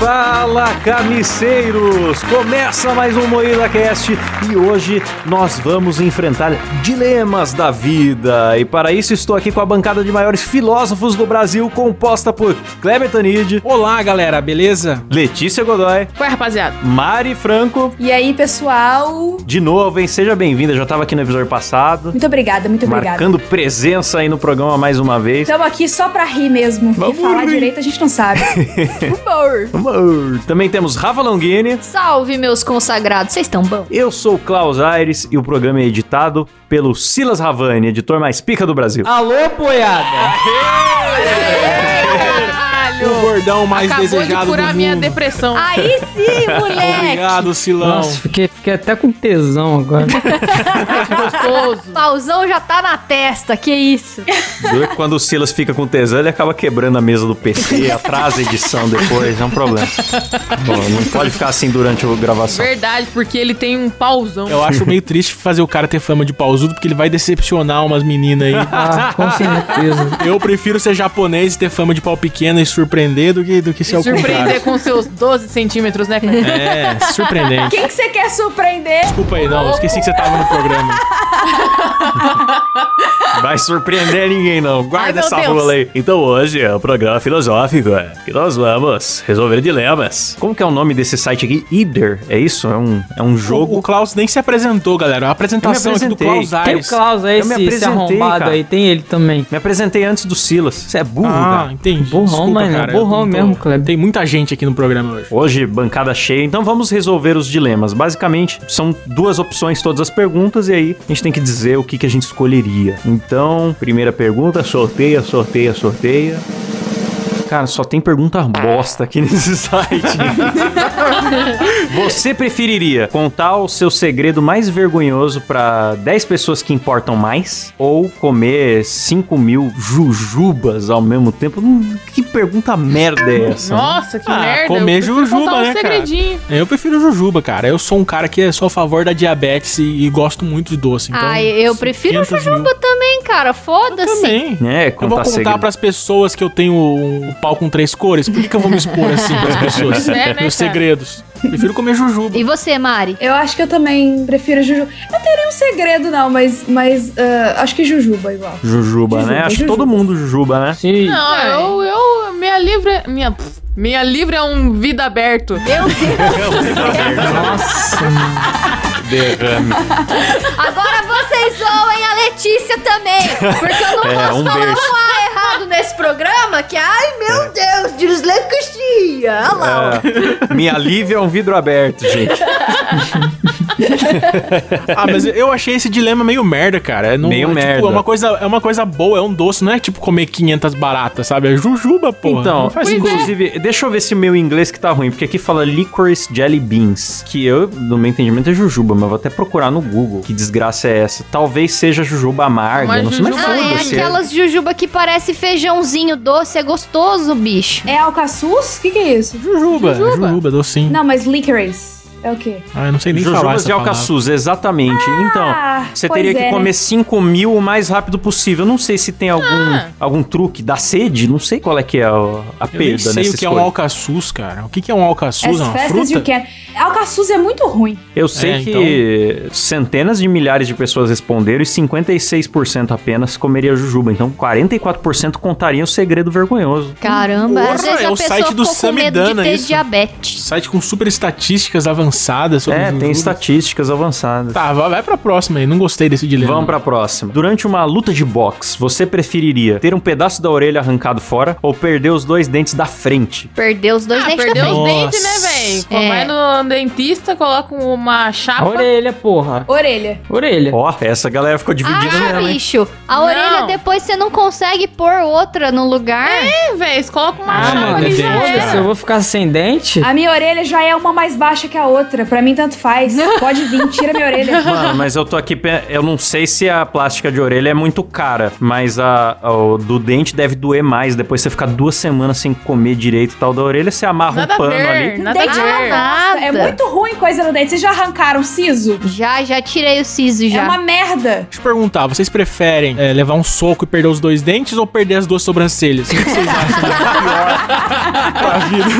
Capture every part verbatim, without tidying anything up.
Fala, carniceiros! Começa mais um Moída Cast e hoje nós vamos enfrentar dilemas da vida. E para isso estou aqui com a bancada de maiores filósofos do Brasil, composta por Kleber Tanid. Olá, galera, beleza? Letícia Godoy. Oi, rapaziada. Mari Franco. E aí, pessoal? De novo, hein? Seja bem-vinda, já estava aqui no episódio passado. Muito obrigada, muito obrigada. Marcando presença aí no programa mais uma vez. Estamos aqui só pra rir mesmo. Vamos e falar rir. direito a gente não sabe. Humor. Amor. Também temos Rafa Longini. Salve, meus consagrados, vocês estão bom? Eu sou o Klaus Aires e o programa é editado pelo Silas Ravani, editor mais pica do Brasil. Alô, poiada! O gordão mais Acabou desejado de curar do minha mundo. depressão. Aí sim, moleque! Obrigado, Silão. Nossa, fiquei, fiquei até com tesão agora. Gostoso. Pauzão já tá na testa, que isso? Quando o Silas fica com tesão, ele acaba quebrando a mesa do P C, atrasa a edição depois, é um problema. Bom, não pode ficar assim durante a gravação. Verdade, porque ele tem um pauzão. Eu acho meio triste fazer o cara ter fama de pausudo, porque ele vai decepcionar umas meninas aí. Ah, com certeza. Eu prefiro ser japonês e ter fama de pau pequeno e surpreender do que, do que ser o Surpreender contrário. com seus doze centímetros, né, cara? É, surpreendente. Quem que você quer surpreender? Desculpa aí, não, esqueci que você tava no programa. Vai surpreender ninguém, não. Guarda Ai, meu essa Deus. rola aí. Então hoje é um programa filosófico, é, que nós vamos resolver dilemas. Como que é o nome desse site aqui? Either, é isso? É um, é um O, jogo... o Klaus nem se apresentou, galera. A apresentação aqui do apresentei. Klaus Tem o Aires. Klaus aí, Eu me esse, esse apresentei, arrombado cara. aí, tem ele também. Me apresentei antes do Silas. Você é burro, Ah, cara. entendi. Burrão, Desculpa, mano, cara. burrão Eu não tô- mesmo, Kleber. Tem muita gente aqui no programa hoje. Hoje, bancada cheia, então vamos resolver os dilemas. Basicamente, são duas opções todas as perguntas e aí a gente tem que dizer o que, que a gente escolheria. Então, primeira pergunta, sorteia, sorteia, sorteia. Cara, só tem pergunta bosta aqui nesse site. Você preferiria contar o seu segredo mais vergonhoso pra dez pessoas que importam mais? Ou comer cinco mil jujubas ao mesmo tempo? Hum, que pergunta merda é essa? Nossa, que Ah, merda. comer eu prefiro jujuba, contar um né, cara? segredinho. Eu prefiro jujuba, cara. Eu sou um cara que sou a favor da diabetes e, e gosto muito de doce. Então, Ai, eu prefiro quinhentos mil. jujuba também, cara, Eu foda-se. também. É, Eu vou contar contar segredo. pras pessoas que eu tenho o, o pau com três cores. Por que, que eu vou me expor assim pras pessoas? É, né, Meus cara? segredos. Prefiro comer jujuba. E você, Mari? Eu acho que eu também prefiro jujuba. Não tem nenhum segredo, não, mas, mas ah, acho que jujuba igual. Jujuba, Jujuba, né? Acho que jujuba. todo mundo jujuba, né? Sim. Não, eu, eu, minha livre, minha, minha livre é um vida aberto. Meu Deus. Nossa, Derrame. Agora vocês zoem a Letícia também. Porque eu não É, posso um falar berço. um A errado nesse programa. Que, ai, meu Deus, dislexia. Olha lá, ó. É, minha Lívia é um vidro aberto, gente. Ah, mas eu achei esse dilema meio merda, cara. É não- Meio é, tipo, merda. É uma, coisa, é uma coisa boa, é um doce. Não é tipo comer quinhentas baratas, sabe? É jujuba, porra. Então, Não faz Pois sentido. inclusive, deixa eu ver se o meu inglês que tá ruim, porque aqui fala licorice jelly beans, que eu, no meu entendimento, é jujuba, mas vou até procurar no Google. Que desgraça é essa? Talvez seja jujuba amarga, Uma não sei, mas jujuba- Ah, é foda-se. aquelas jujuba que parece feijãozinho doce, é gostoso, bicho. É alcaçuz? O que, que é isso? Jujuba, jujuba, jujuba docinho. Não, mas licorice. É o quê? Ah, eu não sei nem falar Jujubas essa de palavra. alcaçuz, exatamente. Então, você pois teria que é, comer né? cinco mil o mais rápido possível. Não sei se tem algum, Ah. algum truque. Dá sede? Não sei qual é que é a, a Eu nem perda sei nessa o que é um escolha. alcaçuz, cara. O que que é um alcaçuz? As É uma festas you fruta? can. Alcaçuz é muito ruim. Eu sei É, que centenas de milhares de pessoas responderam e cinquenta e seis por cento apenas comeria jujuba. Então, quarenta e quatro por cento contariam o segredo vergonhoso. Caramba, Porra, às vezes é a o pessoa site do ficou com medo de Samidana, ter isso. diabetes. Site com super estatísticas avançadas sobre É, jujuba. tem estatísticas avançadas. Tá, vai vai pra próxima aí. Não gostei desse dilema. Vamos pra próxima. Durante uma luta de boxe, você preferiria ter um pedaço da orelha arrancado fora ou perder os dois dentes da frente? Perdeu os dois Ah, dentes da perdeu frente. os Nossa. dentes, né, velho? É. Vai no dentista, coloca uma a chapa. orelha, porra. Orelha. Orelha. Ó, essa galera ficou dividida Ah, mesmo, hein? bicho, a Não. orelha depois você não consegue pôr outra no lugar. É, velho, coloca uma Ah, chapa mano, ali já dente, era. cara. se eu vou ficar sem dente? A minha orelha já é uma mais baixa que a outra. outra. Pra mim, tanto faz. Pode vir, tira minha orelha. Mano, mas eu tô aqui, pe- eu não sei se a plástica de orelha é muito cara, mas a, a- o do dente deve doer mais. Depois você ficar duas semanas sem comer direito e tal da orelha, você amarra Nada um a pano ver, ali. nada a Dente é uma ver. bosta. É muito ruim coisa no dente. Vocês já arrancaram siso? Já, já tirei o siso já. É uma merda. Deixa eu perguntar, vocês preferem é, levar um soco e perder os dois dentes ou perder as duas sobrancelhas? O que vocês acham que é pior pra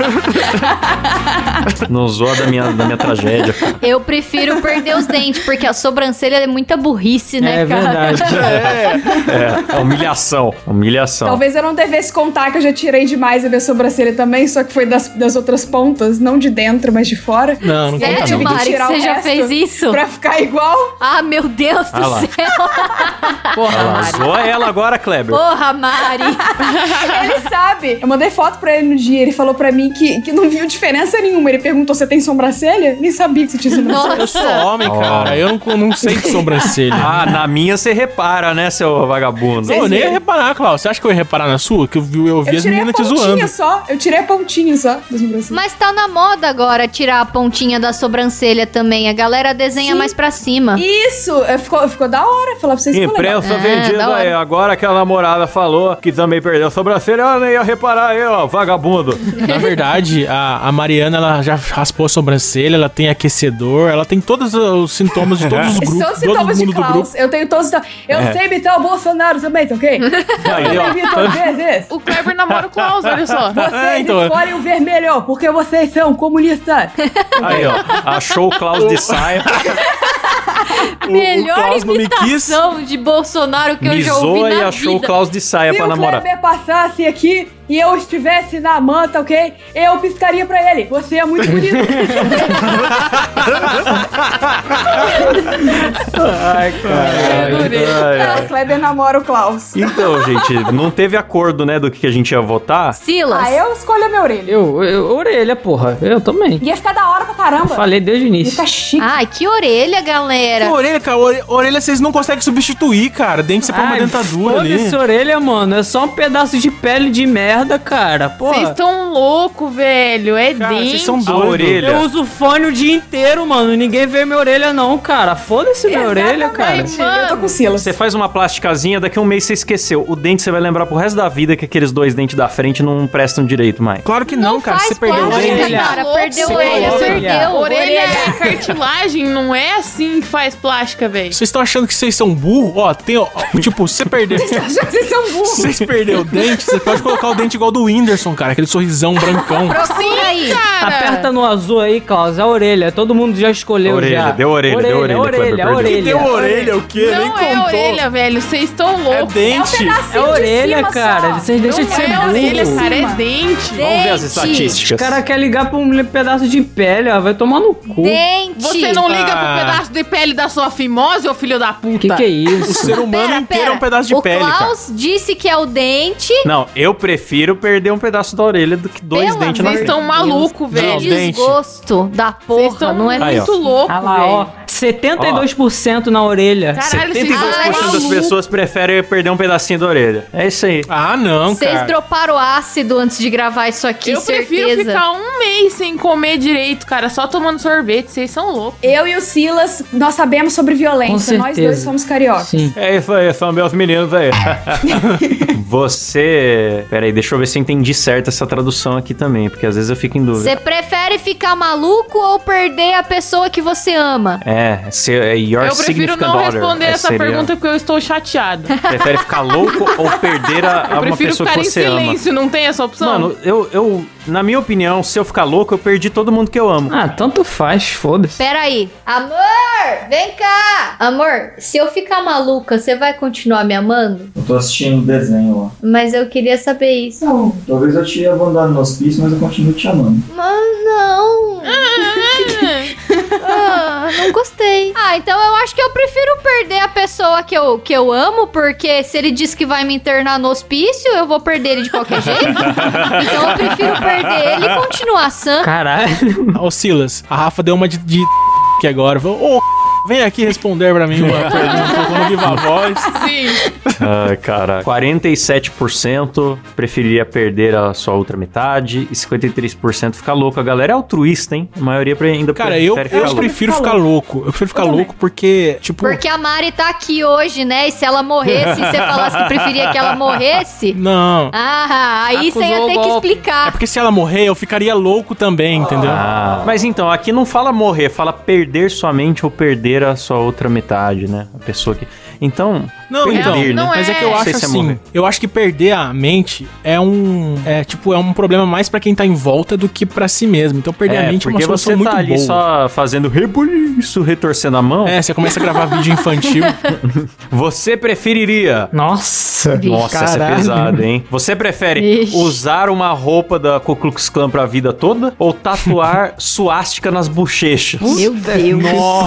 vida? Não zoa da minha, da minha tragédia. Eu prefiro perder os dentes, porque a sobrancelha é muita burrice, né, É cara? verdade. É, é humilhação. Humilhação. Talvez eu não devesse contar que eu já tirei demais a minha sobrancelha também, só que foi das, das outras pontas, não de dentro, mas de fora. Não, não conta Sério, não. Mari, que tirar o você já resto fez isso? Pra ficar igual. Ah, meu Deus Ah do lá. céu. Porra, Olha lá, Mari. zoa ela agora, Kleber. Porra, Mari. Ele sabe. Eu mandei foto pra ele no dia, ele falou pra mim que, que não viu diferença nenhuma. Ele perguntou, você tem sobrancelha? Nem sabia que você tinha sobrancelha. Eu sou Nossa. homem, cara. Eu não, não sei de sobrancelha. Ah, na minha você repara, né, seu vagabundo? Eu nem ia reparar, Klaus. Você acha que eu ia reparar na sua? Que eu vi, eu vi Eu as tirei a meninas te pontinha zoando. só. Eu tirei a pontinha só das sobrancelhas. Mas tá na moda agora tirar a pontinha da sobrancelha também. A galera desenha Sim. mais pra cima. Isso, é, ficou, ficou da hora. Falar pra vocês que ficou legal. Imprensa É, vendida da hora. aí. Agora que a namorada falou que também perdeu a sobrancelha, ela nem ia reparar aí, ó, vagabundo. Na verdade, a, a Mariana, ela já raspou a sobrancelha, ela tem aquecedor, ela tem todos os sintomas de todos os Esses grupos, são os todo sintomas de mundo do grupo. Klaus. Eu tenho todos os sintomas. Eu É. sei imitar o Bolsonaro também, tá ok? Aí, Eu ó. imito às vezes. O Kleber namora o Klaus, olha só. Vocês É, então. escolhem o vermelho, porque vocês são comunistas. Aí, ó. Achou o Klaus de saia. Melhor Klaus não me quis. imitação de Bolsonaro que eu já ouvi Misou na e achou o vida. Klaus de saia Se pra o namorar. Kleber passasse aqui e eu estivesse na manta, ok? Eu piscaria pra ele. Você é muito bonito. Ai, Eu adorei. cara. O Kleber namora o Klaus. Então, gente, não teve acordo, né, do que a gente ia votar. Silas. Ah, eu escolho a minha orelha. Eu, eu, orelha, porra. Eu também. Ia ficar da hora pra caramba. Falei desde o Ia início. ficar chique. Ai, que orelha, galera. Que orelha, cara, orelha, orelha vocês não conseguem substituir, cara. Dente você põe uma Ai, dentadura ali. foda-se orelha, mano. É só um pedaço de pele de merda, cara. Vocês Porra. estão loucos, velho. É Cara, dente. vocês são A doidos. orelha. Eu uso fone o dia inteiro, mano. Ninguém vê minha orelha, não, cara. Foda-se minha orelha, cara. Exatamente. Eu tô com o Silas. Você faz uma plasticazinha, daqui a um mês você esqueceu. O dente você vai lembrar pro resto da vida que aqueles dois dentes da frente não prestam direito mais. Claro que não, cara. faz Você perdeu o plástica, dente. cara. Louco, Perdeu você a orelha, coloca- perdeu. Orelha é cartilagem, não é assim que faz plástica, velho. Vocês estão achando que vocês são burros? Ó, tem, ó, tipo, se você perder. Acho que vocês são burros. Se vocês perderem o dente, você pode colocar o dente igual do Whindersson, cara. Aquele sorrisão brancão. Procura aí. Cara, Aperta no azul aí, Klaus. A orelha. Todo mundo já escolheu Orelha, já. deu orelha, deu orelha, Kleber, Orelha, perdeu. orelha. Que deu orelha, o quê? Nem não é contou. orelha, velho. Vocês estão É loucos. dente. É orelha, cara. Vocês deixam de Não ser é orelha, burro. cara. É dente. Vamos ver as Dente. estatísticas. O cara quer ligar pra um pedaço de pele, ó. Vai tomar no cu. Dente. Você não liga Ah. pro pedaço de pele da sua fimose, ô filho da puta? Que que é O isso? ser humano Pera, inteiro pera. é um pedaço de o pele, cara. Klaus disse que é o dente. Não, eu prefiro perder um pedaço da orelha do que dois Pelo dentes na Vocês frente. estão malucos, Não, Que velho. dente. desgosto da Vocês porra, estão não é? Aí, ó. muito loucos, Ah lá, ó. velho. setenta e dois por cento na orelha. Caralho, setenta e dois por cento vocês das estão pessoas preferem perder um pedacinho da orelha. É isso aí. Ah, não, Vocês cara. droparam ácido antes de gravar isso aqui, Eu prefiro certeza. ficar um mês sem comer direito, cara, só tomando sorvete. Vocês são loucos. Eu e o Silas, nós sabemos sobre violência. Com Nós certeza. dois somos cariocas. Sim. É isso aí, são meus meninos aí. Você... Peraí, deixa eu ver se eu entendi certo essa tradução aqui também, porque às vezes eu fico em dúvida. Você prefere ficar maluco ou perder a pessoa que você ama? É, se, é your Eu prefiro significant não other. responder É, essa seria- pergunta porque eu estou chateado. Prefere ficar louco ou perder a, a Eu uma prefiro pessoa ficar que em você ama? silêncio, não tem essa opção? Mano, eu, eu... Na minha opinião, se eu ficar louco, eu perdi todo mundo que eu amo. Ah, tanto faz, foda-se. Pera aí. Amor, vem cá. Amor, se eu ficar maluca, você vai continuar me amando? Eu tô assistindo o desenho lá. Mas eu queria saber isso. Não, talvez eu te abandone no hospício, mas eu continuo te amando. Mas não. Ah, não gostei. Ah, então eu acho que eu prefiro perder a pessoa que eu, que eu amo, porque se ele diz que vai me internar no hospício, eu vou perder ele de qualquer jeito. Então eu prefiro perder ele e continuar sã. Caralho. Ô, Silas, a Rafa deu uma de, de aqui agora. Falou, ô, vem aqui responder pra mim uma pergunta com viva voz. Sim. Ai, cara. quarenta e sete por cento preferiria perder a sua outra metade e cinquenta e três por cento ficar louco. A galera é altruísta, hein? A maioria ainda Cara, prefere eu, ficar eu louco. prefiro ficar louco. Eu prefiro ficar Eu louco porque, tipo... Porque a Mari tá aqui hoje, né? E se ela morresse, e você falasse que preferia que ela morresse... Não. Ah, aí você ia Acusou ter o que golpe. É explicar. porque se ela morrer, eu ficaria louco também, entendeu? Ah, mas então, aqui não fala morrer, fala perder sua mente ou perder a sua outra metade, né? A pessoa que... Então, Não, perder, então, né? não mas é que é. eu Não acho sei se é assim, morrer. eu acho que perder a mente é um, é tipo, é um problema mais pra quem tá em volta do que pra si mesmo. Então perder a mente é uma porque solução você muito tá ali boa. só fazendo rebuliço, retorcendo a mão. É, você começa a gravar vídeo infantil. Você preferiria... Nossa, Nossa, essa é caralho. pesada, hein? Você prefere Ixi. usar uma roupa da Ku Klux Klan pra vida toda ou tatuar suástica nas bochechas? Meu Deus.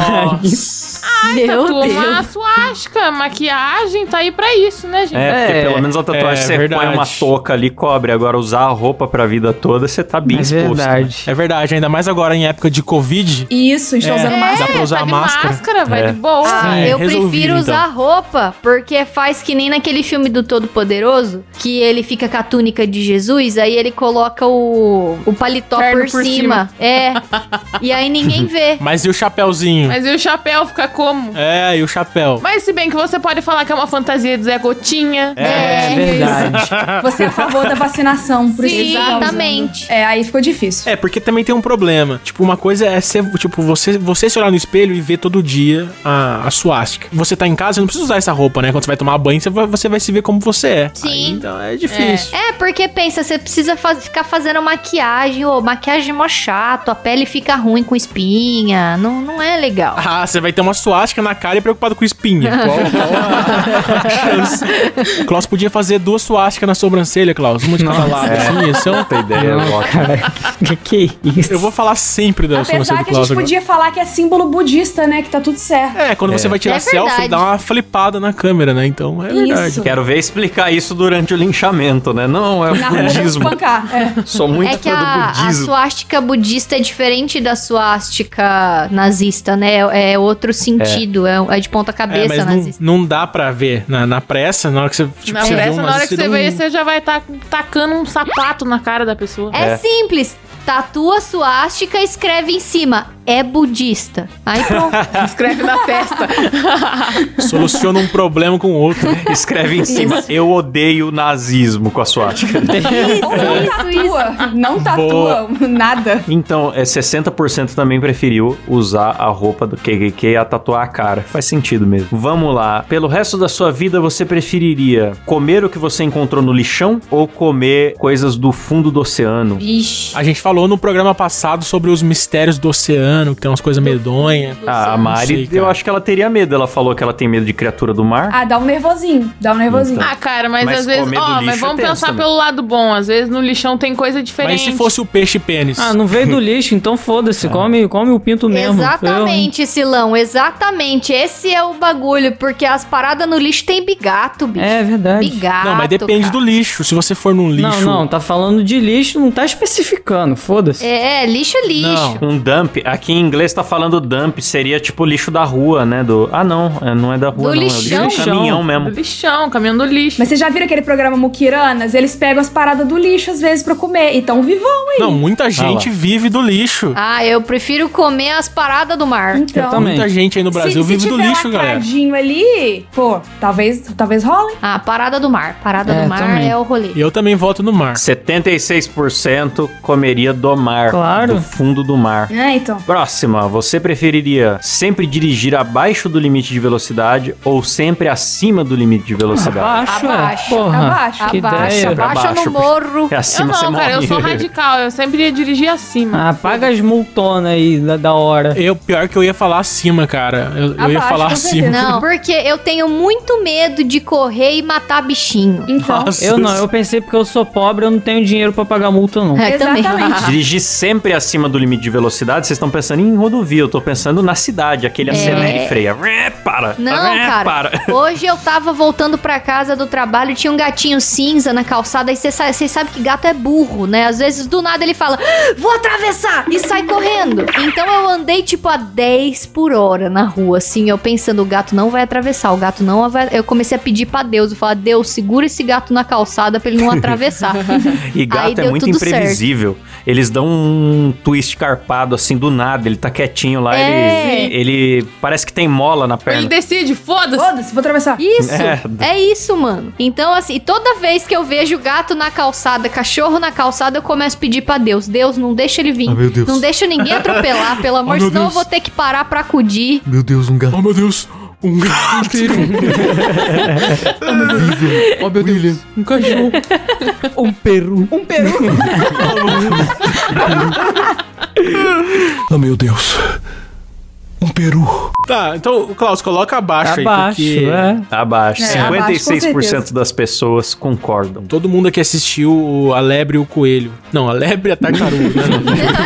Nossa. Meu Tatua Deus. uma suástica, maquiagem, tá aí pra isso, né, gente? É, porque É, pelo menos a tatuagem é você verdade. põe uma touca ali, cobre. Agora usar a roupa pra vida toda, você tá bem É exposto. verdade. É verdade, ainda mais agora em época de Covid. Isso, a gente tá É. usando Dá máscara. pra usar tá de máscara. máscara, vai É. de boa. Ah, Sim, eu resolvido, prefiro então. usar roupa, porque faz que nem naquele filme do Todo-Poderoso, que ele fica com a túnica de Jesus, aí ele coloca o, o paletó Terno por, por cima. É. E aí ninguém vê. Mas e o chapéuzinho? Mas e o chapéu fica como? É, e o chapéu? Mas se bem que você pode falar que é uma fantasia de Zé Gotinha. É, verdade. Você é a favor da vacinação, por isso Sim, que você tá usando. exatamente. É, aí ficou difícil. É, porque também tem um problema. Tipo, uma coisa é ser, tipo, você, você se olhar no espelho e ver todo dia a, a suástica. Você tá em casa, você não precisa usar essa roupa, né? Quando você vai tomar banho, você vai, você vai se ver como você é. Sim. Aí, então é difícil. É, porque pensa, você precisa faz- ficar fazendo maquiagem, ô, maquiagem é mó chato, a pele fica ruim com espinha, não, não é legal. Ah, você vai ter uma suástica na cara e preocupado com espinha. Qual, qual a chance? Klaus podia fazer duas suásticas na sobrancelha, Klaus. Uma de cada lado. Assim, isso é uma Puta ideia, Não, Loki. cara. Que que é isso? Eu vou falar sempre da sobrancelha Apesar do que a Klaus gente agora. podia falar que é símbolo budista, né? Que tá tudo certo. É, quando você vai tirar É selfie, verdade. dá uma flipada na câmera, né? Então, é verdade. Isso. Quero ver explicar isso durante o linchamento, né? Não, é o Na rua pra budismo. espancar. É. Sou muito É que fã do a, a budismo. suástica budista é diferente da suástica nazista, né? É outro sentido, é, é de ponta É, cabeça mas não, nazista. não dá pra ver na, na pressa, na hora que você, tipo, Na você vê pressa, um na hora nazista, que você dá vê, um- você já vai estar tacando um sapato na cara da pessoa. É, É. simples. Tatua suástica e escreve em cima. É budista. Aí pronto. Escreve na testa. soluciona um problema com o outro. Escreve em cima, eu odeio nazismo com a suástica. Não tatua. Não tatua nada. Então, é, sessenta por cento também preferiu usar a roupa do K K K e a tatuar a cara. Faz sentido mesmo. Vamos lá. Pelo resto da sua vida, você preferiria comer o que você encontrou no lixão ou comer coisas do fundo do oceano? Vixe. A gente falou no programa passado sobre os mistérios do oceano, que tem umas coisas medonhas. Ah, a Não Mari, sei, cara. eu acho que ela teria medo. Ela falou que ela tem medo de criatura do mar. Ah, dá um nervosinho. Dá um nervosinho. Então. Ah, cara, mas, Mas às vezes. comer do Ó, lixo mas é vamos tenso pensar também. pelo lado bom. Às vezes no lixão tem coisa diferente. Mas se fosse o peixe pênis? Ah, não veio do lixo, então foda-se. Come, come o pinto mesmo. Exatamente, Silão, exatamente. Esse é o bagulho, porque as paradas no lixo tem bigato, Eu- bicho. É verdade. Bigato. Não, mas depende cara. do lixo. Se você for num lixo... Não, não, tá falando de lixo, não tá especificando, foda-se. É, lixo é lixo. Não. Um dump, aqui em inglês tá falando dump, seria tipo lixo da rua, né? Do... Ah, não, é, não é da rua, Do não. lixão. É o lixo do caminhão Do mesmo. lixão, caminhão do lixo. Mas vocês já viram aquele programa Mukiranas? Eles pegam as paradas do lixo às vezes pra comer. Então vivão aí. Não, muita gente vive do lixo. Ah, eu prefiro comer as paradas do mar. Então, Eu também. Muita gente aí no Brasil se, vive se do tiver lixo, galera. lacradinho ali, pô, talvez, talvez role. Ah, parada do mar. Parada É, do mar também. é o rolê. E eu também voto no mar. setenta e seis por cento comeria do mar. Claro. Do fundo do mar. É, então. Próxima, você preferiria sempre dirigir abaixo do limite de velocidade ou sempre acima do limite de velocidade? Abaixo, Abaixo. é. Porra, Abaixo. que Abaixa, ideia. Pra abaixa baixo, no morro. É Eu acima você não, cara, eu morre. sou radical. Eu sempre ia dirigir acima. Ah, paga as multonas aí da, da hora. Eu, pior que eu ia falar acima, cara. Eu, eu ia Abaixo, falar com acima. certeza. Não, porque eu tenho muito medo de correr e matar bichinho. Então. Nossa. Eu não, eu pensei porque eu sou pobre, eu não tenho dinheiro pra pagar multa, não. É, também. Exatamente. Dirigir sempre acima do limite de velocidade, vocês estão pensando pensando em rodovia, eu tô pensando na cidade, aquele É. acelera e freia. Para. Não, É, cara. para. Hoje eu tava voltando pra casa do trabalho e tinha um gatinho cinza na calçada. E vocês sa- vocês sabem que gato é burro, né? Às vezes do nada ele fala, vou atravessar! E sai correndo. Então eu andei tipo a dez por hora na rua, assim. Eu pensando, o gato não vai atravessar, o gato não vai. Eu comecei a pedir pra Deus. Eu falei, Deus, segura esse gato na calçada pra ele não atravessar. E Aí gato é deu muito tudo imprevisível. Eles dão um twist carpado assim do nada. Ele tá quietinho lá, É. ele, ele parece que tem mola na Ele perna. decide, foda-se. Foda-se, vou atravessar. Isso, É. é isso, mano. Então, assim, toda vez que eu vejo gato na calçada, cachorro na calçada, eu começo a pedir pra Deus. Deus, não deixa ele vir. Ah, meu Deus. Não deixa ninguém atropelar, pelo amor, Ah, meu senão Deus. eu vou ter que parar pra acudir. Meu Deus, um gato. Oh, meu Deus. Um gato. Oh, meu Deus. Um cachorro. Um peru. Um peru. Oh, meu Deus. Um peru. Tá, então, Klaus, coloca abaixo aí, Abaixo, porque é. Abaixo. É, cinquenta e seis por cento abaixo, com das pessoas concordam. todo mundo aqui assistiu o- a lebre e o coelho. Não, a lebre e a tartaruga, né?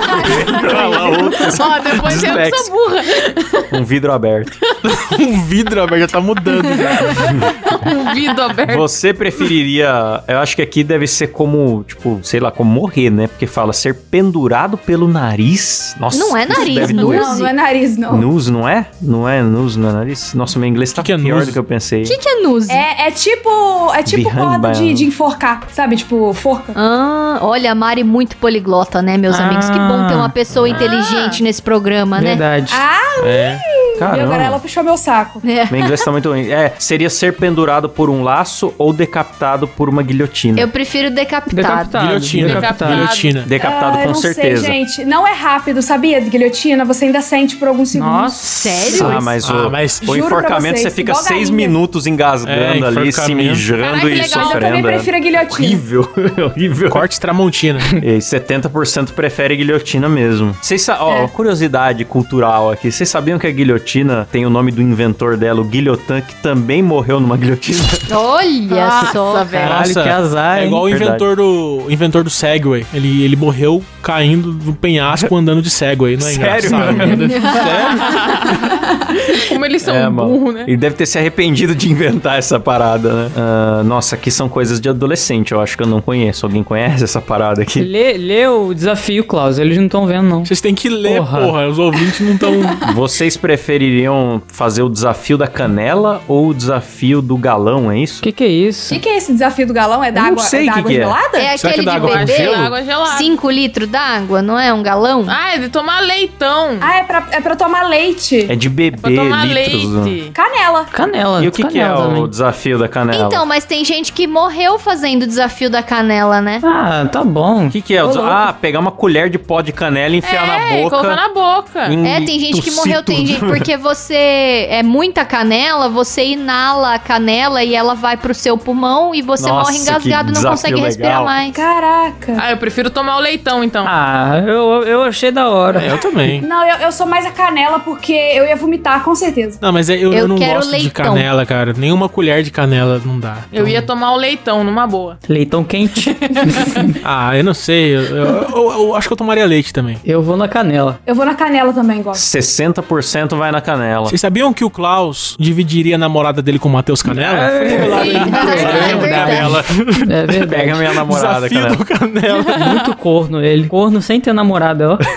Ó, depois eu que Dislexia. sou burra. Um vidro aberto. Um vidro aberto já tá mudando já. Um vidro aberto. Você preferiria... Eu acho que aqui deve ser como, tipo, sei lá, como morrer, né? Porque fala ser pendurado pelo nariz. Nossa, Não é isso nariz, deve não. doer. Não, não é nariz, não. Nus, não é? Não é nus, não é nariz? Nossa, meu inglês tá Que que é pior nus? do que eu pensei. O que, que é nuze? É, é tipo. É tipo Behind corda by- de, de enforcar, sabe? Tipo, forca. Ah, olha, a Mari muito poliglota, né, meus Ah. amigos? Que bom ter uma pessoa inteligente nesse programa, né? Verdade. Ah, É. e agora Caramba. ela puxou meu saco. É. Meu inglês tá muito ruim. É, seria ser pendurado por um laço ou decapitado por uma guilhotina. Eu prefiro decapitado. Decapitado. Guilhotina. Decapitado. Guilhotina. Decapitado Ah, eu com não certeza. sei, gente. Não é rápido, sabia? De guilhotina, você ainda sente por alguns segundos. Nossa. Sério? Ah, mas, Ah, o, mas- o Juro pra enforcamento vocês, você fica igual seis galinha. minutos engasgando É, ali, se enforcamento. mijando Caraca, que e legal. Mas eu também sofrendo. prefiro a guilhotina. Horrível, horrível. Corte Tramontina. E setenta por cento prefere guilhotina mesmo. Vocês sa- ó, É. curiosidade cultural aqui. Vocês sabiam que a guilhotina tem o nome do inventor dela, o Guilhotin, que também morreu numa guilhotina? Olha Nossa, só. velho. Caralho, que azar, É hein? igual o Verdade. inventor do, o inventor do Segway. Ele, ele morreu caindo do penhasco andando de Segway. Não é Sério? engraçado? Sério? Como eles são É, mano. burros, né? Ele deve ter se arrependido de inventar essa parada, né? Ah, nossa, aqui são coisas de adolescente, eu acho que eu não conheço. Alguém conhece essa parada aqui? Lê, lê o desafio, Klaus. Eles não estão vendo, não. Vocês têm que ler, Porra. porra. Os ouvintes não estão... Vocês prefeririam fazer o desafio da canela ou o desafio do galão, é isso? O que, que é isso? O que, que é esse desafio do galão? É da não água, sei é da que água que é. gelada? É Será que aquele dá de água com beber gelo? Água gelada. cinco litros d'água, não é um galão? Ah, é de tomar leitão. Ah, é pra, é pra tomar leite. É de Pra beber tomar litros. né? leite. Canela. Canela. E o que, que é canela o também. desafio da canela? Então, mas tem gente que morreu fazendo o desafio da canela, né? Ah, tá bom. O que, que é? o Ô, desa- louco. Ah, pegar uma colher de pó de canela e enfiar na É, e boca. colocar na boca. em- É, tem gente que tossir morreu, tem tudo. gente, porque você é muita canela, você inala a canela e ela vai pro seu pulmão e você Nossa, morre engasgado e que não consegue desafio respirar legal. mais. Caraca. Ah, eu prefiro tomar o leitão, então. Ah, eu, eu achei da hora. É, eu também. Não, eu, eu sou mais a canela porque eu ia vomitar, com certeza. Não, mas é- eu, eu Eu não quero gosto de leitão. canela, cara. Nenhuma colher de canela não dá. Eu ia tomar o leitão, numa boa. Leitão quente. Ah, eu não sei. Eu, eu- eu- eu acho que eu tomaria leite também. Eu vou na canela. Eu vou na canela também, gosto. sessenta por cento vai na canela. Vocês sabiam que o Klaus dividiria a namorada dele com o Matheus Canela? Foi revelado aí no Sim, programa é da verdade. Canela. É verdade. Pega minha namorada, Desafio canela. do Canela. Muito corno ele. Corno sem ter namorada, ó.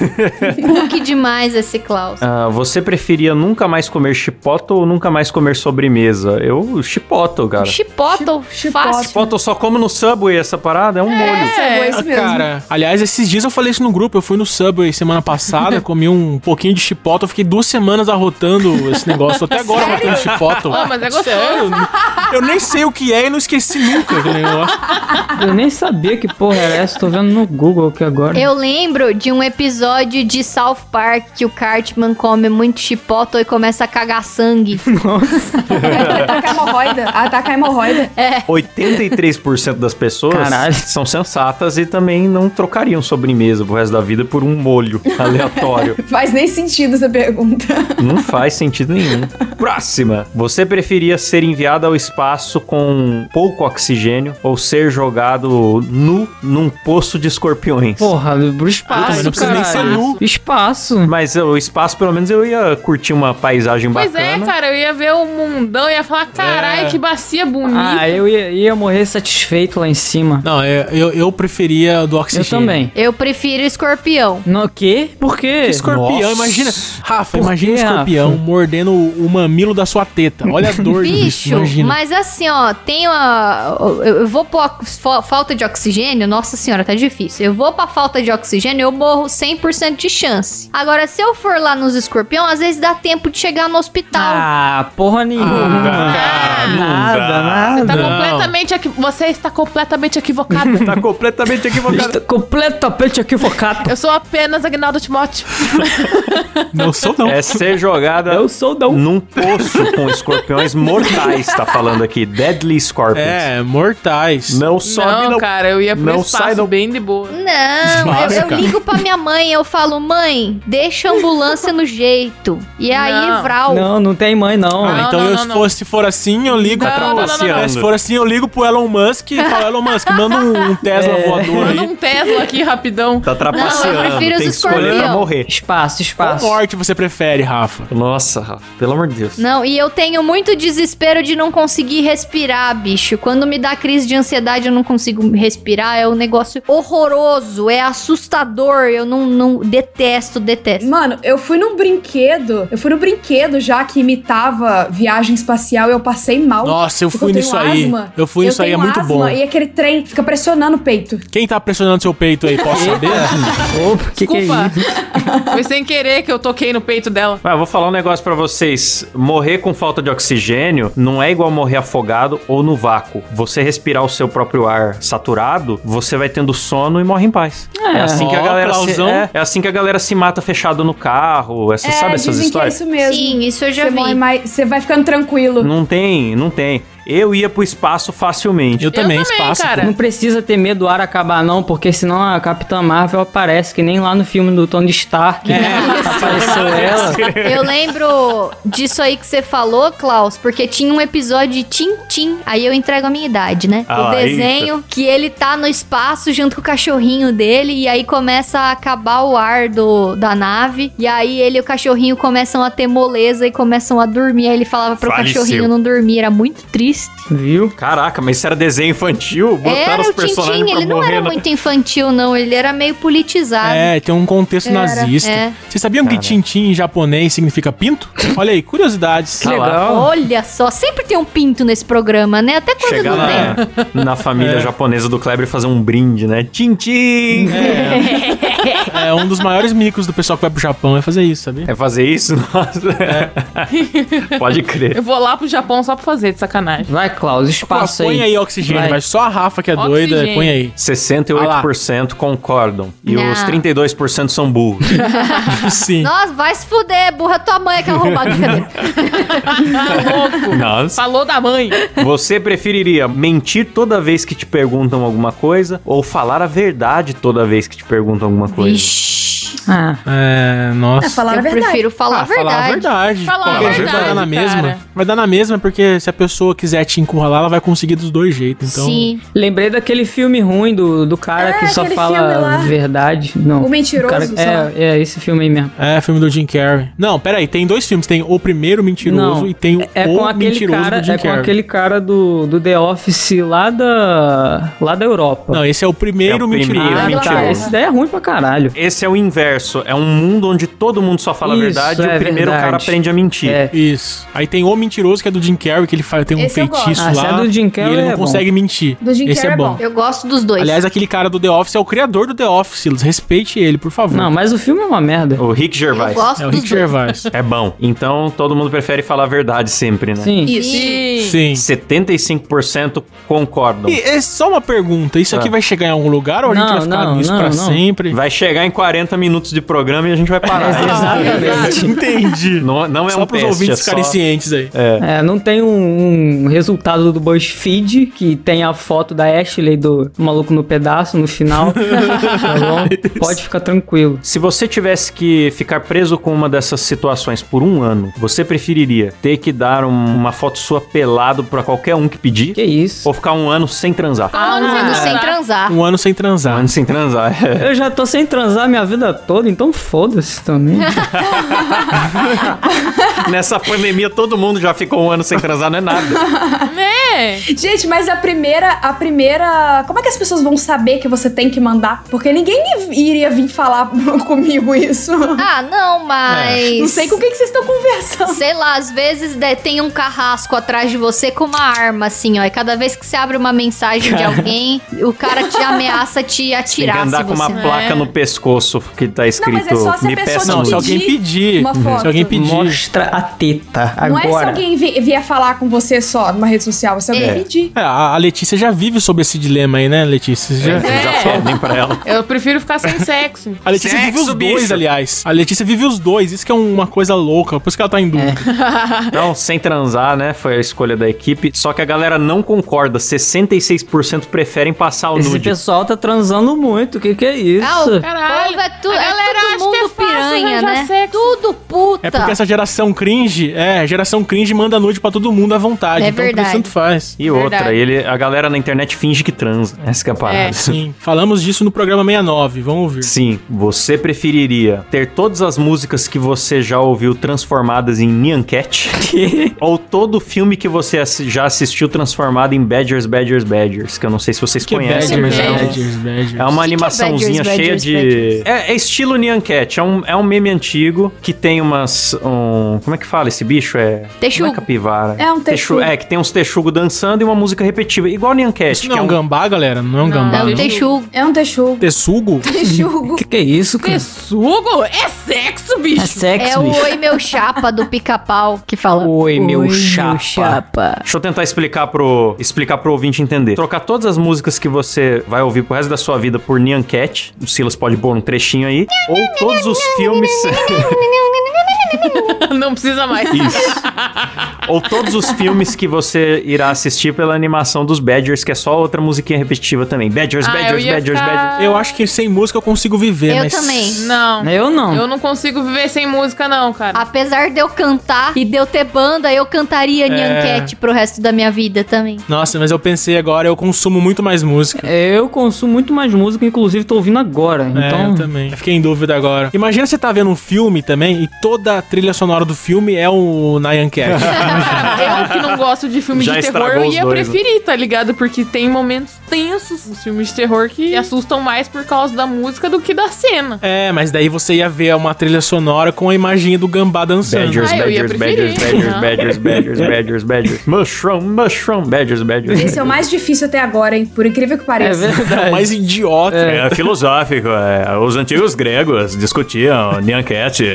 Que demais esse Klaus. Ah, você preferia nunca mais comer chipotle ou nunca mais comer sobremesa? Eu, chipotle, cara. Chipotle, Chipotle. fácil. Chipotle eu só como no Subway essa parada, é um molho. É, é isso mesmo. Cara, aliás, esses dias eu falei isso no grupo. Eu fui no Subway semana passada, comi um pouquinho de chipotle. Eu fiquei duas semanas arrotando esse negócio. Tô até agora arrotando chipotle. Ah, mas é gostoso. Sério? Eu nem sei o que é e não esqueci nunca aquele negócio. Eu nem sabia que porra era essa. Tô vendo no Google aqui agora. Eu lembro de um episódio de South Park que o Cartman come muito chipotle e começa a cagar sangue. Ataca a hemorroida. Ataca a hemorroida. oitenta e três por cento das pessoas Caralho. são sensatas e também não trocariam sobremesa pro resto da vida por um molho aleatório. Faz nem sentido essa pergunta. Não faz sentido nenhum. Próxima. Você preferia ser enviado ao espaço com pouco oxigênio ou ser jogado nu num poço de escorpiões? Porra, pro espaço, mas não precisa nem ser nu. Espaço. Mas o espaço, pelo menos, eu ia curtir uma paisagem Pois bacana. é, cara, eu ia ver o mundão e ia falar, caralho, É. que bacia bonita. Ah, eu ia, ia morrer satisfeito lá em cima. Não, eu, eu, eu preferia do Eu oxigênio. também. Eu prefiro escorpião. No quê? Por quê? Escorpião, Nossa. imagina. Rafa, Por imagina quê, o escorpião Rafa? mordendo o, o mamilo da sua teta. Olha a dor disso, Bicho, imagina. mas assim, ó, tem uma. Eu eu vou pôr fa- falta de oxigênio, nossa senhora, tá difícil. Eu vou pra falta de oxigênio, eu morro cem por cento de chance. Agora, se eu for lá nos escorpião, às vezes dá tempo de chegar no hospital. Ah, porra nenhuma. Ah, não nada, dá. nada. Você tá Não. completamente aqui. Você está completamente equivocada. Tá completamente equivocado. Está completamente equivocado. Eu sou apenas Agnaldo Timóteo. Não sou, não. É ser jogada Eu sou da num poço com escorpiões mortais, tá falando aqui. Deadly Scorpions. É, mortais. Não sobe, não, não. cara, eu ia pro Não espaço sai do- bem de boa. Não, eu, eu Básica. ligo pra minha mãe, eu falo, mãe, deixa a ambulância no jeito. E aí, Não. Vral. Não, não tem mãe, não. Ah, Não, então não, eu, não, se, não. for, se for assim, eu ligo Não, pra não, não, não, não. É, se for assim, eu ligo pro Elon Musk e falo, Elon Musk, manda um, um Tesla voador Manda aí. um Tesla aqui rapidão. Tá trapaceando. Não, eu prefiro Tem que os escolher pra escorpião. morrer. Espaço, Qual espaço. morte você prefere, Rafa? Nossa, Rafa, pelo amor de Deus. Não, e eu tenho muito desespero de não conseguir respirar, bicho. Quando me dá crise de ansiedade, eu não consigo respirar. É um negócio horroroso, é assustador. Eu não, não detesto, detesto. Mano, eu fui num brinquedo. Eu fui no brinquedo já que imitava viagem espacial e eu passei mal. Nossa, eu Porque fui tenho nisso aí. asma. Eu fui nisso aí, é tenho muito asma bom. E aquele trem fica pressionando o peito. Quem tá pressionando seu peito aí, posso saber? Opa, que que é Desculpa. isso? Foi sem querer que eu toquei no peito dela. Ah, eu vou falar um negócio pra vocês. Morrer com falta de oxigênio não é igual morrer afogado ou no vácuo. Você respirar o seu próprio ar saturado, você vai tendo sono e morre em paz. É, assim que a Ó, galera se, Clausão. é, é assim que a galera se mata fechado no carro. Essa, É, sabe essas dizem histórias? que é isso mesmo. Sim, isso eu já Você vi. morre mais, você vai ficando tranquilo. Não tem, não tem. Eu ia pro espaço facilmente. Eu também, também, espaço. cara. Não precisa ter medo do ar acabar, não, porque senão a Capitã Marvel aparece, que nem lá no filme do Tony Stark. Apareceu ela. Eu lembro disso aí que você falou, Klaus, porque tinha um episódio de Tintim. Aí eu entrego a minha idade, né? Ah, o desenho que ele tá no espaço junto com o cachorrinho dele. E aí começa a acabar o ar do, da nave. E aí ele e o cachorrinho começam a ter moleza e começam a dormir. Aí ele falava pro Faleceu. cachorrinho não dormir. Era muito triste. Viu? Caraca, mas isso era desenho infantil? Botaram Era os o personagens Tintim, pra ele não morrer era na- muito infantil, não. Ele era meio politizado. É, tem um contexto Era, nazista. é. Vocês sabiam que Tintim em japonês significa pinto? Olha aí, curiosidades. Que Ah lá. legal. Olha só, sempre tem um pinto nesse programa, né? Até quando Chegar não tem. na, na família É. japonesa do Kleber e fazer um brinde, né? Tintim! É um dos maiores micos do pessoal que vai pro Japão é fazer isso, sabia? É fazer isso? Nossa. Pode crer. Eu vou lá pro Japão só pra fazer, de sacanagem. Vai, Klaus, espaço Põe aí. aí oxigênio, Vai. vai. Só a Rafa que é doida, Oxigênio. põe aí. sessenta e oito por cento concordam. E Não. os trinta e dois por cento são burros. Sim. Nossa, vai se fuder, burra tua mãe que é arrombada. Brincadeira. Tá louco. Nossa. Falou da mãe. Você preferiria mentir toda vez que te perguntam alguma coisa ou falar a verdade toda vez que te perguntam alguma coisa? Vixe. Ah, É, nossa. É, falar a Eu verdade. prefiro falar Ah, a verdade. falar a verdade. Falar a Qualquer jeito vai dar na verdade, mesma. cara. Vai dar na mesma porque se a pessoa quiser te encurralar, ela vai conseguir dos dois jeitos. Então, Sim. lembrei daquele filme ruim do, do cara É, que só aquele fala filme lá. verdade. Não. O Mentiroso, cara- sei lá. é, é, esse filme aí mesmo. É, filme do Jim Carrey. Não, peraí, tem dois filmes. Tem o primeiro mentiroso Não, e tem o, é o com aquele mentiroso cara, do Jim é com Carrey. aquele cara do, do The Office lá da lá da Europa. Não, esse é o primeiro É o primeiro mentiroso. ah, mentiroso. tá, esse daí é ruim pra caralho. Esse é o inverso. É um mundo onde todo mundo só fala a Isso, verdade e é o primeiro verdade. cara aprende a mentir. É. Isso. Aí tem o mentiroso, que é do Jim Carrey, que ele faz, tem um Esse eu feitiço gosto. Ah, esse lá. é do Jim Carrey, e ele não é bom. consegue mentir. Do Jim esse Carrey é é bom. bom. Eu gosto dos dois. Aliás, aquele cara do The Office é o criador do The Office. Respeite ele, por favor. Não, mas o filme é uma merda. O Rick eu Gervais. gosto é o dos Rick dois. Gervais. É bom. Então todo mundo prefere falar a verdade sempre, né? Sim. Isso. Sim. Sim. setenta e cinco por cento concordam. E é só uma pergunta. Isso aqui Ah. vai chegar em algum lugar ou a gente Não, vai ficar não, nisso não, pra não. sempre? Vai chegar em quarenta minutos de programa e a gente vai parar. Exatamente. Entendi. Não, não é Só um pros teste, ouvintes é ficarem só... cientes aí. É, não tem um, um resultado do BuzzFeed, que tem a foto da Ashley do Maluco no Pedaço no final. Tá bom? Pode ficar tranquilo. Se você tivesse que ficar preso com uma dessas situações por um ano, você preferiria ter que dar um- uma foto sua pelado pra qualquer um que pedir? Que isso? Ou ficar um ano sem transar? Um ano Ah. sem transar. Um ano sem Um transar. ano sem transar, é. Eu já tô sem transar minha vida toda, então foda-se também. Nessa pandemia, todo mundo já ficou um ano sem transar, não é nada. É. Gente, mas a primeira, a primeira... Como é que as pessoas vão saber que você tem que mandar? Porque ninguém iria vir falar comigo isso. Ah, não, mas... Não sei com quem que vocês estão conversando. Sei lá, às vezes né, tem um carrasco atrás de você com uma arma, assim, ó. E cada vez que você abre uma mensagem de alguém, o cara te ameaça te Tem que atirar andar se com você... uma placa É. no pescoço que tá escrito mas é só se a me pessoa peça Não, se nude. alguém pedir. uma foto. Se alguém pedir. Mostra a teta Não é se agora. alguém vi- vier falar com você só numa rede social, é se alguém É. pedir. É, a a Letícia já vive sob esse dilema aí, né, Letícia? Você já- É. Já pedem pra ela. Eu prefiro ficar sem sexo. A Letícia Sexo, vive os dois, bicho. aliás. A Letícia vive os dois. Isso que é uma coisa louca. Por isso que ela tá em dúvida. Então, sem transar, né? Foi a escolha da equipe. Só que a galera não concorda. sessenta e seis por cento preferem passar o Esse nude. pessoal tá transando muito, o que que é isso? Ah, o Caralho, povo é, tu, a é galera acha todo que é mundo fácil piranha, arranjar né? sexo. Tudo puta. É porque essa geração cringe, é, geração cringe manda nude pra todo mundo à vontade. É então por isso verdade. tanto faz. E outra, Verdade. ele, a galera na internet finge que transa. Essa que é a parada. É. Sim. Falamos disso no programa sessenta e nove, vamos ouvir. Sim, você preferiria ter todas as músicas que você já ouviu transformadas em Nyan Cat? Ou todo filme que você assi- já assistiu transformado em Badgers, Badgers, Badgers? Que eu não sei se vocês Que conhecem, Badgers, mas é, um- Badgers, Badgers. é uma animaçãozinha Badgers, cheia Badgers, de... Badgers? É, é estilo Nyan Cat, é um, é um meme antigo que tem umas... Um... Como é que fala esse bicho? É... Texugo. Não é capivara. É um texugo. É, que tem uns texugos dançando e uma música repetitiva. Igual Nyan Cat. Isso que não é um gambá, galera? Não é um Não. gambá. É um não. texugo. É um texugo. Texugo? Texugo. O que que é isso, cara? Sugo? É sexo, bicho. É sexo, É o bicho. Oi Meu Chapa do Pica-Pau que fala. Oi, meu chapa. Deixa eu tentar explicar pro, explicar pro ouvinte entender. Trocar todas as músicas que você vai ouvir pro resto da sua vida por Nyan Cat. O Silas pode pôr um trechinho aí. Ou todos os filmes... Não precisa mais. Isso. Ou todos os filmes que você irá assistir pela animação dos Badgers, que é só outra musiquinha repetitiva também. Badgers, Ah, eu Badgers, ia Badgers, ficar- Badgers. Eu acho que sem música eu consigo viver, Eu mas... também. Não. Eu não. Eu não consigo viver sem música, não, cara. Apesar de eu cantar e de eu ter banda, eu cantaria Nyan Cat pro resto da minha vida também. Nossa, mas eu pensei agora, eu consumo muito mais música. Eu consumo muito mais música, inclusive tô ouvindo agora. É, Então, eu também. Eu fiquei em dúvida agora. Imagina você tá vendo um filme também e toda a trilha sonora do filme é o Nyan Cat. Eu que não gosto de filme Já de terror, estragou eu os ia dois, né? preferir, tá ligado? Porque tem momentos tensos nos filmes de terror que assustam mais por causa da música do que da cena. É, mas daí você ia ver uma trilha sonora com a imagem do gambá dançando. Badgers, Ah, eu ia Badgers, Badgers, preferir. Badgers, Não. Badgers, Badgers, Badgers, Badgers. Mushroom, mushroom, Badgers, Badgers. Esse é o mais difícil até agora, hein? Por incrível que é pareça. verdade. Mais idiota. É filosófico, é. Os antigos gregos discutiam Nyan Cat.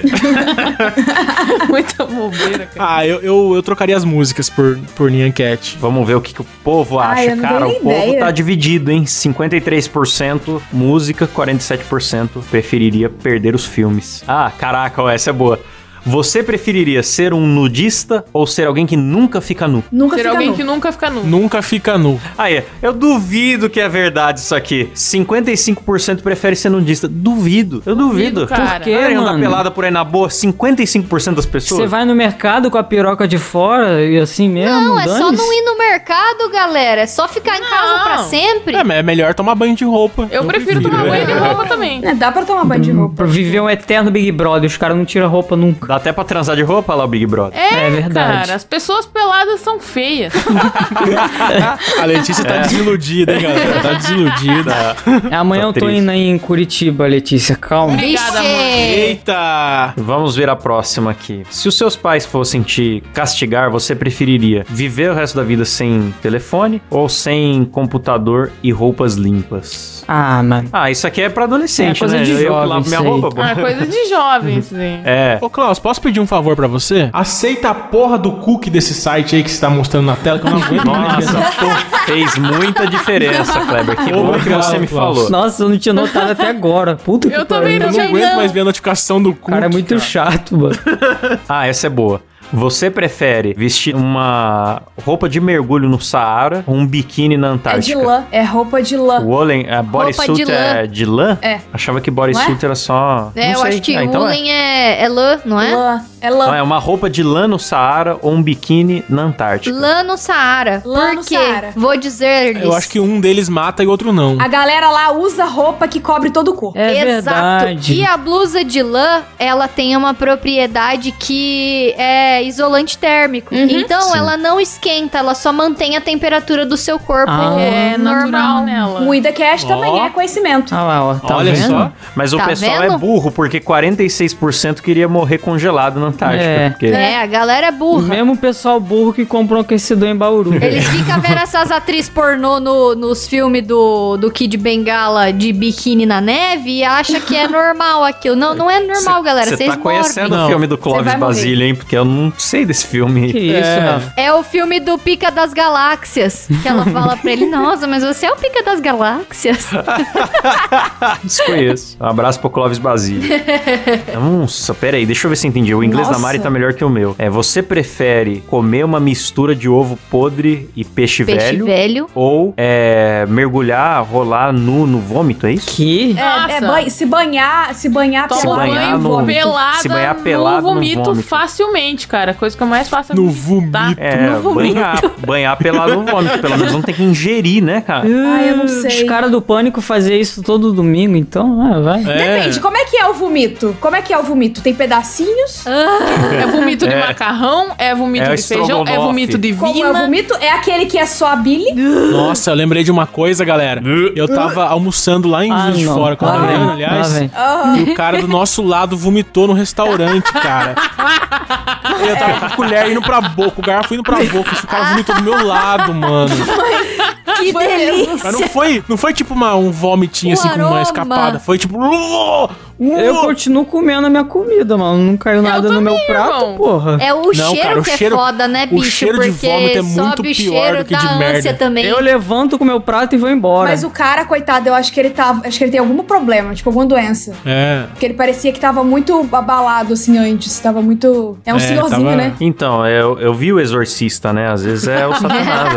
Muita bobeira, cara. Ah, eu, eu, eu trocaria as músicas por, por Nyan Cat. Vamos ver o que, que o povo Ai, acha, eu não cara. tenho O povo ideia. tá dividido, hein? cinquenta e três por cento música, quarenta e sete por cento preferiria perder os filmes. Ah, caraca, ó, essa é boa. Você preferiria ser um nudista ou ser alguém que nunca fica nu? Nunca Ser fica alguém nu. que nunca fica nu. Nunca fica nu. Aí, eu duvido que é verdade isso aqui. cinquenta e cinco por cento prefere ser nudista. Duvido, eu duvido. Duvido, cara. Por quê, Querem andar mano? pelada por aí na boa? cinquenta e cinco por cento das pessoas? Você vai no mercado com a piroca de fora e assim mesmo? Não, é só dane-se. não ir no mercado, galera. É só ficar em casa Não. pra sempre. É, mas é melhor tomar banho de roupa. Eu prefiro prefiro. tomar banho de roupa também. É, dá pra tomar banho de roupa. Pra viver um eterno Big Brother, os caras não tiram roupa nunca. Dá até pra transar de roupa lá o Big Brother. É, É verdade. cara. As pessoas peladas são feias. A Letícia tá desiludida, hein, galera? Tá desiludida. Amanhã Tá eu tô triste. indo aí em Curitiba, Letícia, calma. Obrigada, amor. Eita! Vamos ver a próxima aqui. Se os seus pais fossem te castigar, você preferiria viver o resto da vida sem telefone ou sem computador e roupas limpas? Ah, mano. Ah, isso aqui é pra adolescente, É coisa né? de eu que jovem, lavo minha isso aí. roupa, pô. É coisa de jovem isso daí. É. Ô, Klaus, posso pedir um favor pra você? Aceita a porra do cookie desse site aí que você tá mostrando na tela, que eu não aguento mais ver Nossa, essa porra. pô, fez muita diferença, Kleber. Que bom que Obrigado, você me Klaus. falou. Nossa, eu não tinha notado até agora. Puta que Eu também pariu. Eu não não tinha aguento não. mais ver a notificação do O cookie. cara é muito chato, mano. Ah, essa é boa. Você prefere vestir uma roupa de mergulho no Saara ou um biquíni na É de Antártica? lã. É roupa de lã. O Olen, a bodysuit de é de lã? É. Achava que bodysuit era só... É, não eu sei. acho que Ah, então Ulen é... É, lã, não é? Lã. É lã. Então é uma roupa de lã no Saara ou um biquíni na Antártica? Lã no Saara. Lã Por no quê? Saara. Vou dizer-lhes. Eu acho que um deles mata e o outro não. A galera lá usa roupa que cobre todo o corpo. É Exato. verdade. E a blusa de lã, ela tem uma propriedade que é isolante térmico. Uhum. Então, Sim. ela não esquenta, ela só mantém a temperatura do seu corpo Ah. É normal. natural nela. O IdaCast Ó. também é conhecimento. Ah lá, ó. Tá Olha vendo? só. Mas o Tá pessoal vendo? é burro, porque quarenta e seis por cento queria morrer congelado na Antártica. É. Porque... É, a galera é burra. Mesmo o pessoal burro que comprou um aquecedor em Bauru. Eles ficam vendo essas atrizes pornô no- nos filmes do, do Kid Bengala de biquíni na neve e acha que é normal aquilo. Não, não é normal, galera. Você Vocês tá conhecendo morbem. o filme do Você Clóvis vai morrer. Basílio, hein? Porque eu não sei desse filme. Que isso, É. Rafa? É o filme do Pica das Galáxias. Que ela fala pra ele, nossa, mas você é o Pica das Galáxias. Desconheço. Um abraço pro Clóvis Basílio. Nossa, pera aí, deixa eu ver se eu entendi. O inglês Nossa. da Mari tá melhor que o meu. É, você prefere comer uma mistura de ovo podre e peixe, Peixe velho? velho. Ou é, mergulhar, rolar nu no vômito, é isso? Que? É, é Nossa. banho- se banhar, se banhar Toma Se pelado banhar banho no- vômito. pelada se banhar pelado no no vomito vômito. facilmente, cara. Coisa que eu mais faço é No vomitar. vomito. É, banhar, banhar pelado no vômito. Pelo menos não tem que ingerir, né, cara? Ah, eu não Os sei. caras do Pânico faziam isso todo domingo, então, ah, vai. Depende, como é que é o vomito? Como é que é o vomito? Tem pedacinhos? É vomito de É. macarrão, é vomito É o de feijão, é estrogonofe. vomito de Como é o vina. vomito? É aquele que é só a bile? Nossa, eu lembrei de uma coisa, galera. Eu tava almoçando lá em Ah, Juiz de não. Fora, com Lá a vem, Mariana, lá aliás. vem. E o cara do nosso lado vomitou no restaurante, cara. Eu tava com a colher indo pra boca, o garfo indo pra boca. O cara vomitou do meu lado, mano. Que Foi mesmo. Mas delícia. não foi, não foi tipo uma, um vomitinho O assim com aroma. uma escapada. Foi tipo. Eu continuo comendo a minha comida, mano. Não caiu nada no meu também, prato, irmão. porra. É o Não, cheiro cara, o que cheiro- é foda, né, o bicho? cheiro de Porque vômito é muito sobe o pior cheiro do que da de ânsia merda. também. Eu levanto com o meu prato e vou embora. Mas o cara, coitado, eu acho que ele tava. Acho que ele tem algum problema, tipo, alguma doença. É. Porque ele parecia que tava muito abalado, assim, antes. Tava muito. É um É, senhorzinho, tava- né? Então, eu, eu vi o Exorcista, né? Às vezes é o Satanás.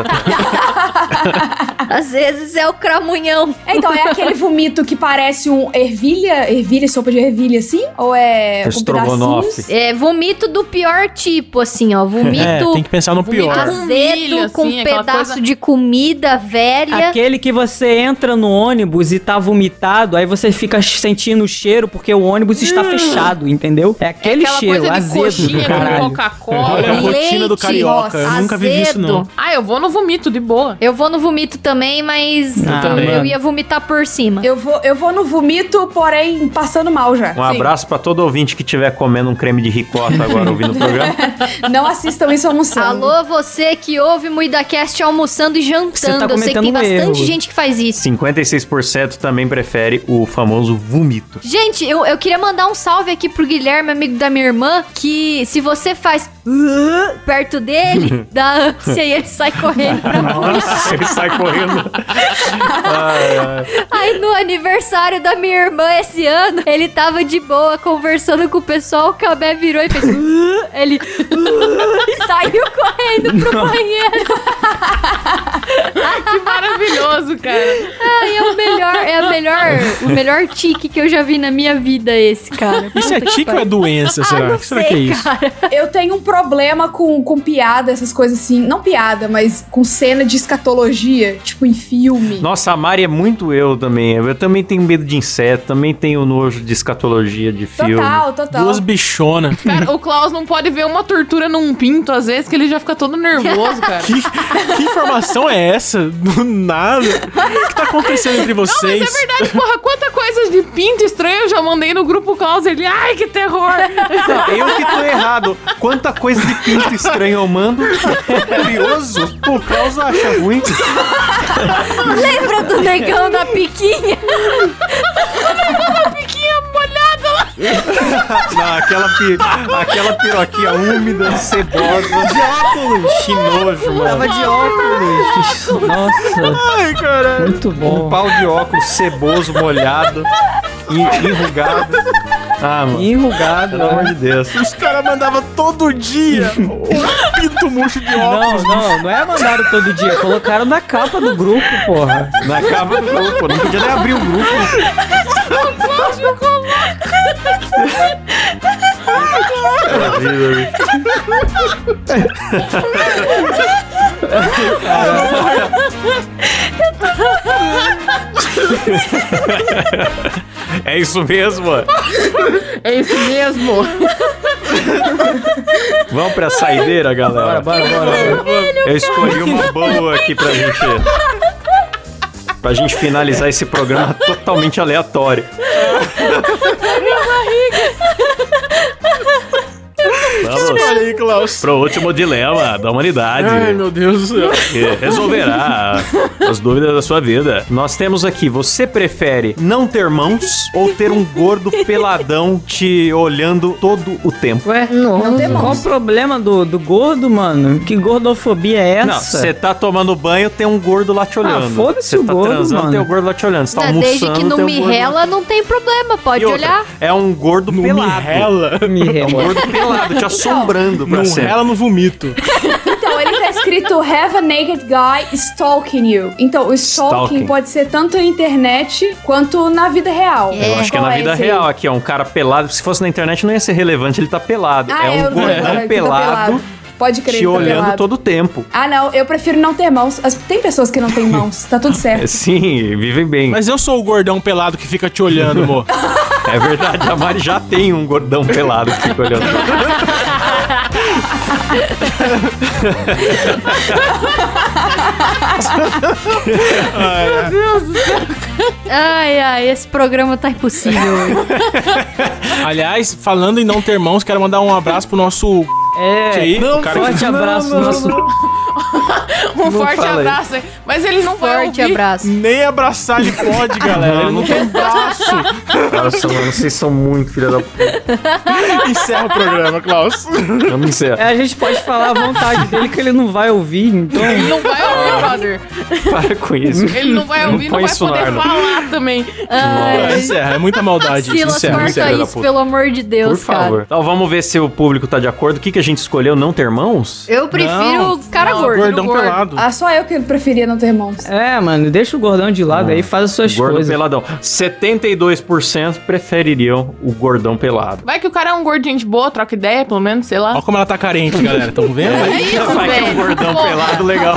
Às vezes é o cramunhão. É, então, é aquele vomito que parece um ervilha, ervilha, sopa de ervilha, assim? Ou é com Estrogonofe. pedacinhos? É vomito do pior tipo, assim, ó. Vomito É, tem que pensar no pior. Vomito azedo, milho, com assim, aquela pedaço coisa- de comida velha. Aquele que você entra no ônibus e tá vomitado, aí você fica sentindo o cheiro porque o ônibus está fechado, entendeu? É aquele Aquela cheiro, coisa de azedo do coxinha com caralho. Coca-Cola. Olha a rotina do leite, carioca. Eu nossa, nunca vivi isso, não. azedo. Ah, eu vou no vomito, de boa. Eu vou no vomito também, mas Ah, eu, eu mano. ia vomitar por cima. Eu vou, eu vou no vomito, porém passando mal já. Um abraço pra todo ouvinte que estiver comendo um creme de ricota agora ouvindo o programa. Não assistam isso almoçando. Alô, você que ouve MuidaCast almoçando e jantando. Você tá eu sei que tem cometendo um bastante erro. gente que faz isso. cinquenta e seis por cento também prefere o famoso vomito. Gente, eu, eu queria mandar um salve aqui pro Guilherme, amigo da minha irmã, que se você faz perto dele, dá ânsia e ele sai correndo pra Nossa, ele sai correndo. Ai, ai. Aí no aniversário da minha irmã esse ano, ele tava de boa conversando com o pessoal, o Cabé virou e fez ele e saiu correndo pro banheiro. Que maravilhoso, cara. Ai, é o melhor, é a melhor, o melhor tique que eu já vi na minha vida esse, cara. Isso é Puta que tique ou é pariu. doença, Ah, será? não O que será sei, que é isso? cara. Eu tenho um problema com, com piada, essas coisas assim. Não piada, mas com cena de escatologia, tipo em filme. Nossa, a Mari é muito eu também. Eu também tenho medo de inseto, também tenho nojo de escatologia de filme. Total, total. Duas bichonas. Cara, o Klaus não pode ver uma tortura num pinto, às vezes, que ele já fica todo nervoso, cara. Que, que informação é essa? Do nada. O que tá acontecendo entre vocês? Mas é verdade, porra, quanta coisa de pinto estranho eu já mandei no grupo Klaus. Ele, ai, que terror. Não, eu que tô errado. Quanta coisa de pinto estranho eu mando. Curioso. O Klaus acha ruim. Lembra do negão da piquinha? Não, aquela, pi, aquela piroquinha úmida, cebosa. De óculos. Que nojo, mano. Tava de óculos. Nossa, Ai, caralho. muito Um bom. pau de óculos ceboso, molhado, en- enrugado. Ah, mano. Enrugado. Pelo amor de Deus. Os caras mandavam todo dia. O pinto murcho de óculos. Não, não, não é mandaram todo dia. Colocaram na capa do grupo, porra. Na capa do grupo. Não podia nem abrir o grupo. É isso mesmo. É isso mesmo. Vamos pra saideira, galera. Bora, bora, bora. bora. Eu escolhi uma boa aqui pra gente... Pra gente finalizar esse programa totalmente aleatório. Vamos Olha aí, Klaus. pro último dilema da humanidade. Ai, meu Deus do céu. Que resolverá as dúvidas da sua vida. Nós temos aqui, você prefere não ter mãos ou ter um gordo peladão te olhando todo o tempo? Ué, Não tem qual mãos. o problema do, do gordo, mano? Que gordofobia é essa? Não, você tá tomando banho, tem um gordo lá te olhando. Ah, foda-se Cê o tá gordo, transando, mano. tem um gordo lá te olhando. Você tá Não, almoçando, desde que não tem um me gordo lá. rela, não tem problema. Pode E outra, olhar. é um gordo Não pelado. me rela. Me É um rela. gordo pelado, te assombrando pra Não sempre. rela no vomito. Então, ele tá escrito Have a naked guy stalking you. Então, o stalking, Stalking. pode ser tanto na internet quanto na vida real. Eu acho que é Qual na vida esse aí? real aqui, ó. Um cara pelado. Se fosse na internet não ia ser relevante, ele tá pelado. Ah, é um eu não- gordão ele tá pelado Pode crer, te ele tá olhando pelado. todo o tempo. Ah, não, eu prefiro não ter mãos. As- Tem pessoas que não têm mãos, tá tudo certo. Sim, vivem bem. Mas eu sou o gordão pelado que fica te olhando, amor. É verdade, a Mari já tem um gordão pelado que fica olhando. Ai, ai, esse programa tá impossível. Aliás, falando em não ter mãos, quero mandar um abraço pro nosso... É, Aí, não, o cara forte que- abraço Não, não, nosso... Um forte fala aí. abraço. Mas ele não vai Forte ouvir. abraço. Nem abraçar ele pode, galera. Ele não tem braço. Nossa, mano, vocês são muito filha da puta. Encerra o programa, Klaus. Vamos encerrar. É, a gente pode falar à vontade dele que ele não vai ouvir, então... Ele não vai ouvir, brother. Para com isso. Ele não vai ouvir, não, põe vai isso no poder ar, não. falar também. É, encerra, é muita maldade isso. Silas, Encerra, corta encerra. isso, pelo amor de Deus, Por favor. Então vamos ver se o público tá de acordo. O que, que a gente escolheu? Não ter mãos? cara. Eu prefiro Não, cara não, gordo. Gordão gordo. pelado. Ah, só eu que preferia não ter mãos. É, mano, deixa o gordão de lado aí, faz as suas Gordo coisas. peladão. setenta e dois por cento prefeririam o gordão pelado. Vai que o cara é um gordinho de boa, troca ideia, pelo menos, sei lá. Olha como ela tá carente, galera. Tamo vendo? É isso, Vai que é um velho. gordão Pô, pelado legal.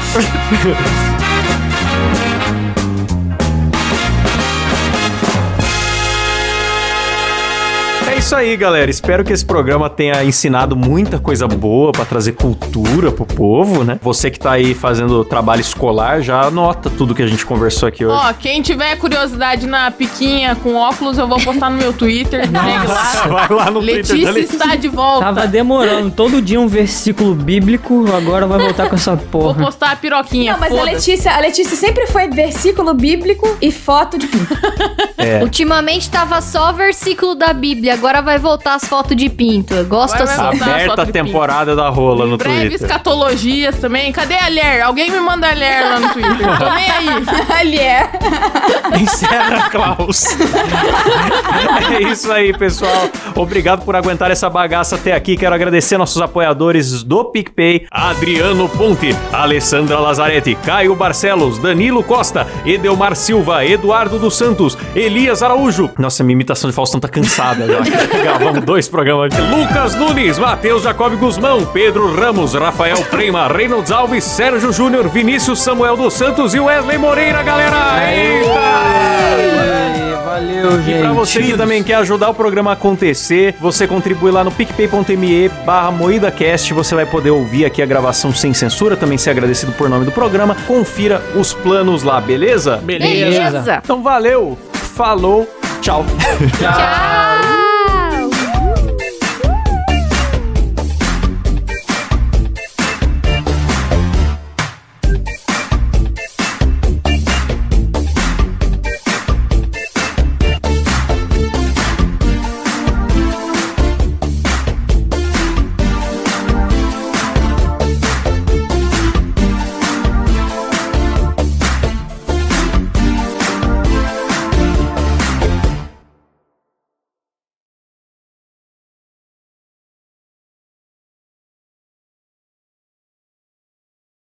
É isso aí, galera. Espero que esse programa tenha ensinado muita coisa boa pra trazer cultura pro povo, né? Você que tá aí fazendo trabalho escolar, já anota tudo que a gente conversou aqui hoje. Ó, quem tiver curiosidade na piquinha com óculos, eu vou postar no meu Twitter. Segue lá. Vai lá no Twitter da Letícia Letícia. está de volta. Tava demorando, todo dia um versículo bíblico, agora vai voltar com essa Vou porra. postar a piroquinha. Não, mas a foda-se. Letícia, a Letícia sempre foi versículo bíblico e foto de pinto. É. Ultimamente tava só versículo da Bíblia, agora vai voltar as fotos de pinto. Eu gosto Agora vai assim. voltar. Aberta foto a de temporada da rola no Breve Twitter. escatologias também. Cadê a Ler? Alguém me manda a Ler lá no Twitter. Tô nem aí. Ali é. Encerra, Klaus. É isso aí, pessoal. Obrigado por aguentar essa bagaça até aqui. Quero agradecer nossos apoiadores do PicPay: Adriano Ponte, Alessandra Lazarete, Caio Barcelos, Danilo Costa, Edelmar Silva, Eduardo dos Santos, Elias Araújo. Nossa, minha imitação de Faustão tá cansada já. Gravamos dois programas. Lucas Nunes, Matheus Jacob Guzmão, Pedro Ramos, Rafael Prema, Reynolds Alves, Sérgio Júnior, Vinícius Samuel dos Santos e Wesley Moreira, galera. Eita! Valeu, gente. E pra você que também quer ajudar o programa a acontecer, você contribui lá no picpay.me barra MoídaCast. Você vai poder ouvir aqui a gravação sem censura, também ser agradecido por nome do programa. Confira os planos lá, beleza? Beleza. Beleza. Então valeu, falou, tchau. Tchau.